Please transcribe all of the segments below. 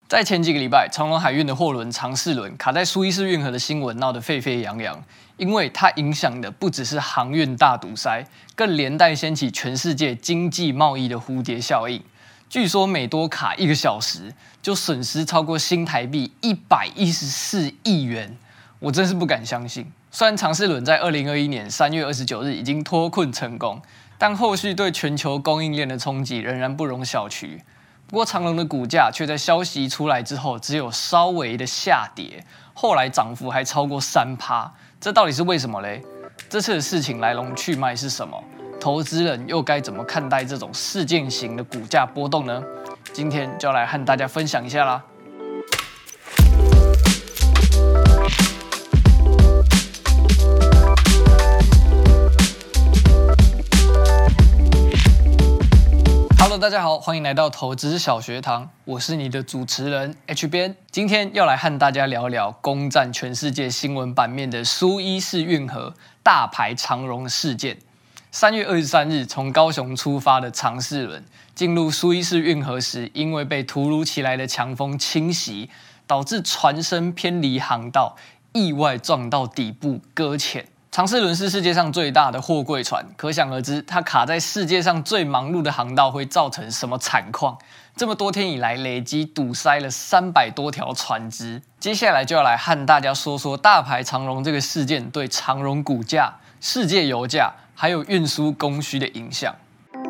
在前几个礼拜，长荣海运的货轮长四轮卡在苏伊士运河的新闻闹得沸沸扬扬，因为它影响的不只是航运大堵塞，更连带掀起全世界经济贸易的蝴蝶效应。据说每多卡1个小时，就损失超过新台币114亿元，我真是不敢相信。虽然长四轮在2021年3月29日已经脱困成功，但后续对全球供应链的冲击仍然不容小觑。不过长荣的股价却在消息出来之后，只有稍微的下跌，后来涨幅还超过3%，这到底是为什么嘞？这次的事情来龙去脉是什么？投资人又该怎么看待这种事件型的股价波动呢？今天就要来和大家分享一下啦。Hello， 大家好，欢迎来到投资小学堂，我是你的主持人 H 边。今天要来和大家聊聊攻占全世界新闻版面的苏伊士运河大排长荣事件。3月23日从高雄出发的长四轮进入苏伊士运河时，因为被突如其来的强风侵袭，导致船身偏离航道，意外撞到底部搁浅。长四轮是世界上最大的货柜船，可想而知，它卡在世界上最忙碌的航道会造成什么惨况。这么多天以来，累积堵塞了300多条船只。接下来就要来和大家说说大排长荣这个事件对长荣股价、世界油价还有运输供需的影响。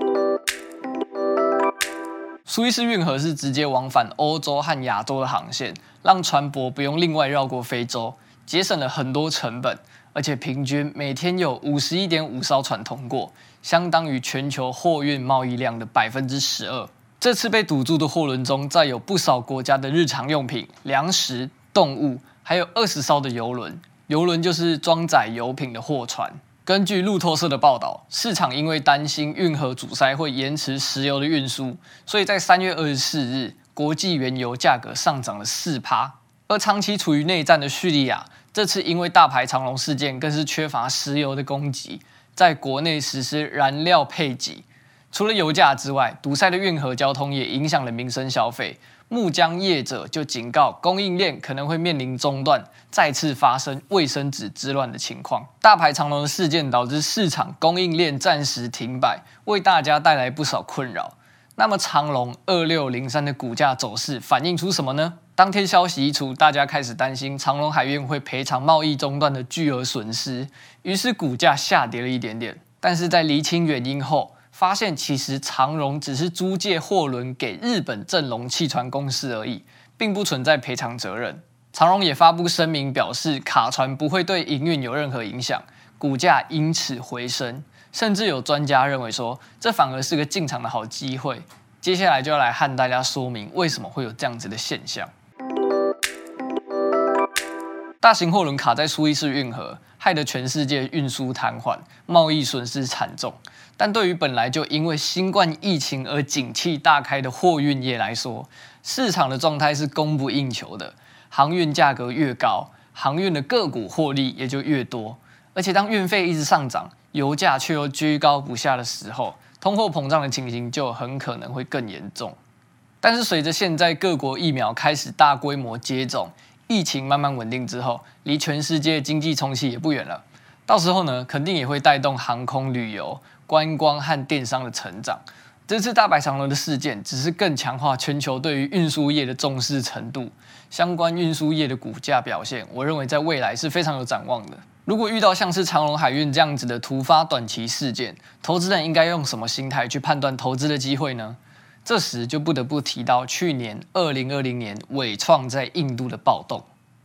苏伊士运河是直接往返欧洲和亚洲的航线，让船舶不用另外绕过非洲，节省了很多成本。而且平均每天有51.5艘船通过，相当于全球货运贸易量的12%。这次被堵住的货轮中，载有不少国家的日常用品、粮食、动物，还有20艘的邮轮。邮轮就是装载油品的货船。根据路透社的报道，市场因为担心运河阻塞会延迟石油的运输，所以在3月24日，国际原油价格上涨了4%。而长期处于内战的叙利亚，这次因为大排长荣事件，更是缺乏石油的供给，在国内实施燃料配给。除了油价之外，堵塞的运河交通也影响了民生消费。木浆业者就警告，供应链可能会面临中断，再次发生卫生纸之乱的情况。大排长荣的事件导致市场供应链暂时停摆，为大家带来不少困扰。那么长荣2603的股价走势反映出什么呢？当天消息一出，大家开始担心长荣海运会赔偿贸易中断的巨额损失，于是股价下跌了一点点。但是在厘清原因后，发现其实长荣只是租借货轮给日本正隆汽船公司而已，并不存在赔偿责任。长荣也发布声明表示，卡船不会对营运有任何影响，股价因此回升。甚至有专家认为说，这反而是个进场的好机会。接下来就要来和大家说明为什么会有这样子的现象。大型货轮卡在苏伊士运河，害得全世界运输瘫痪，贸易损失惨重。但对于本来就因为新冠疫情而景气大开的货运业来说，市场的状态是供不应求的。航运价格越高，航运的个股获利也就越多。而且当运费一直上涨，油价却又居高不下的时候，通货膨胀的情形就很可能会更严重。但是随着现在各国疫苗开始大规模接种，疫情慢慢稳定之后，离全世界经济重启也不远了。到时候呢，肯定也会带动航空旅游、观光和电商的成长。这次大排长荣的事件只是更强化全球对于运输业的重视程度。相关运输业的股价表现，我认为在未来是非常有展望的。如果遇到像是长荣海运这样子的突发短期事件，投资人应该用什么心态去判断投资的机会呢？这时就不得不提到去年2020年伟创在印度的暴动。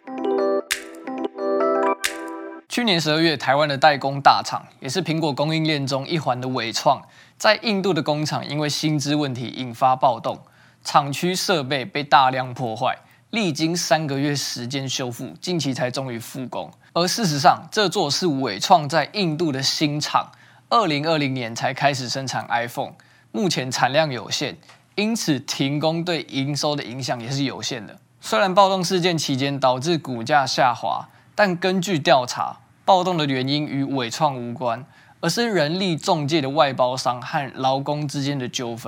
去年12月，台湾的代工大厂，也是苹果供应链中一环的伟创，在印度的工厂因为薪资问题引发暴动，厂区设备被大量破坏，历经3个月时间修复，近期才终于复工。而事实上，这座是伟创在印度的新厂，2020年才开始生产 iPhone， 目前产量有限，因此停工对营收的影响也是有限的。虽然暴动事件期间导致股价下滑，但根据调查，暴动的原因与伟创无关，而是人力仲介的外包商和劳工之间的纠纷。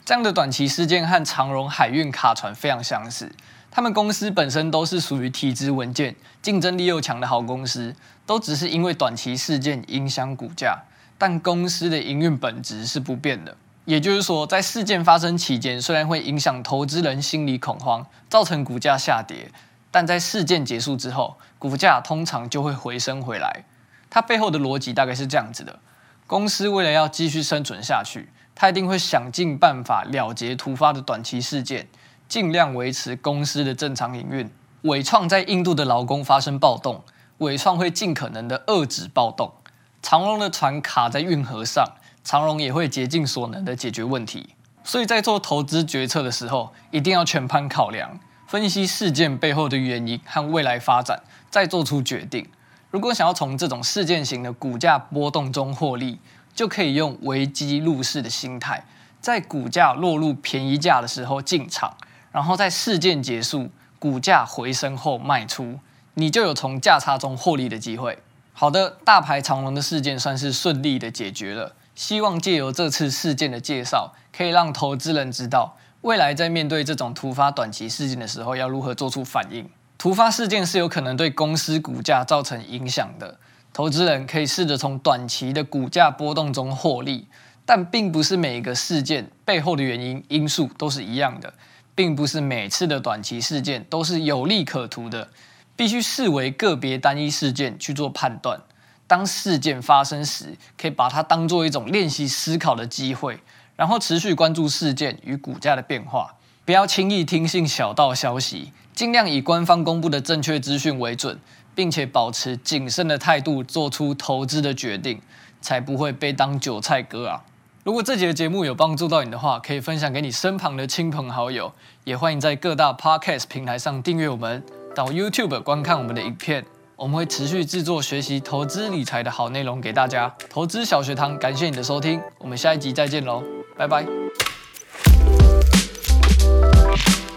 这样的短期事件和长荣海运卡船非常相似，他们公司本身都是属于体质稳健、竞争力又强的好公司，都只是因为短期事件影响股价，但公司的营运本质是不变的。也就是说，在事件发生期间，虽然会影响投资人心理恐慌，造成股价下跌，但在事件结束之后，股价通常就会回升回来。它背后的逻辑大概是这样子的：公司为了要继续生存下去，它一定会想尽办法了结突发的短期事件，尽量维持公司的正常营运。伟创在印度的劳工发生暴动，伟创会尽可能的遏制暴动。长荣的船卡在运河上，长荣也会竭尽所能的解决问题。所以在做投资决策的时候，一定要全盘考量，分析事件背后的原因和未来发展，再做出决定。如果想要从这种事件型的股价波动中获利，就可以用危机入市的心态，在股价落入便宜价的时候进场，然后在事件结束、股价回升后卖出，你就有从价差中获利的机会。好的，大牌长荣的事件算是顺利的解决了。希望借由这次事件的介绍，可以让投资人知道，未来在面对这种突发短期事件的时候，要如何做出反应。突发事件是有可能对公司股价造成影响的，投资人可以试着从短期的股价波动中获利，但并不是每一个事件背后的原因因素都是一样的，并不是每次的短期事件都是有利可图的，必须视为个别单一事件去做判断。当事件发生时，可以把它当作一种练习思考的机会，然后持续关注事件与股价的变化，不要轻易听信小道消息，尽量以官方公布的正确资讯为准，并且保持谨慎的态度做出投资的决定，才不会被当韭菜割啊！如果这节节目有帮助到你的话，可以分享给你身旁的亲朋好友，也欢迎在各大 Podcast 平台上订阅我们，到 YouTube 观看我们的影片。我们会持续制作学习投资理财的好内容给大家。投资小学堂，感谢你的收听，我们下一集再见喽，拜拜。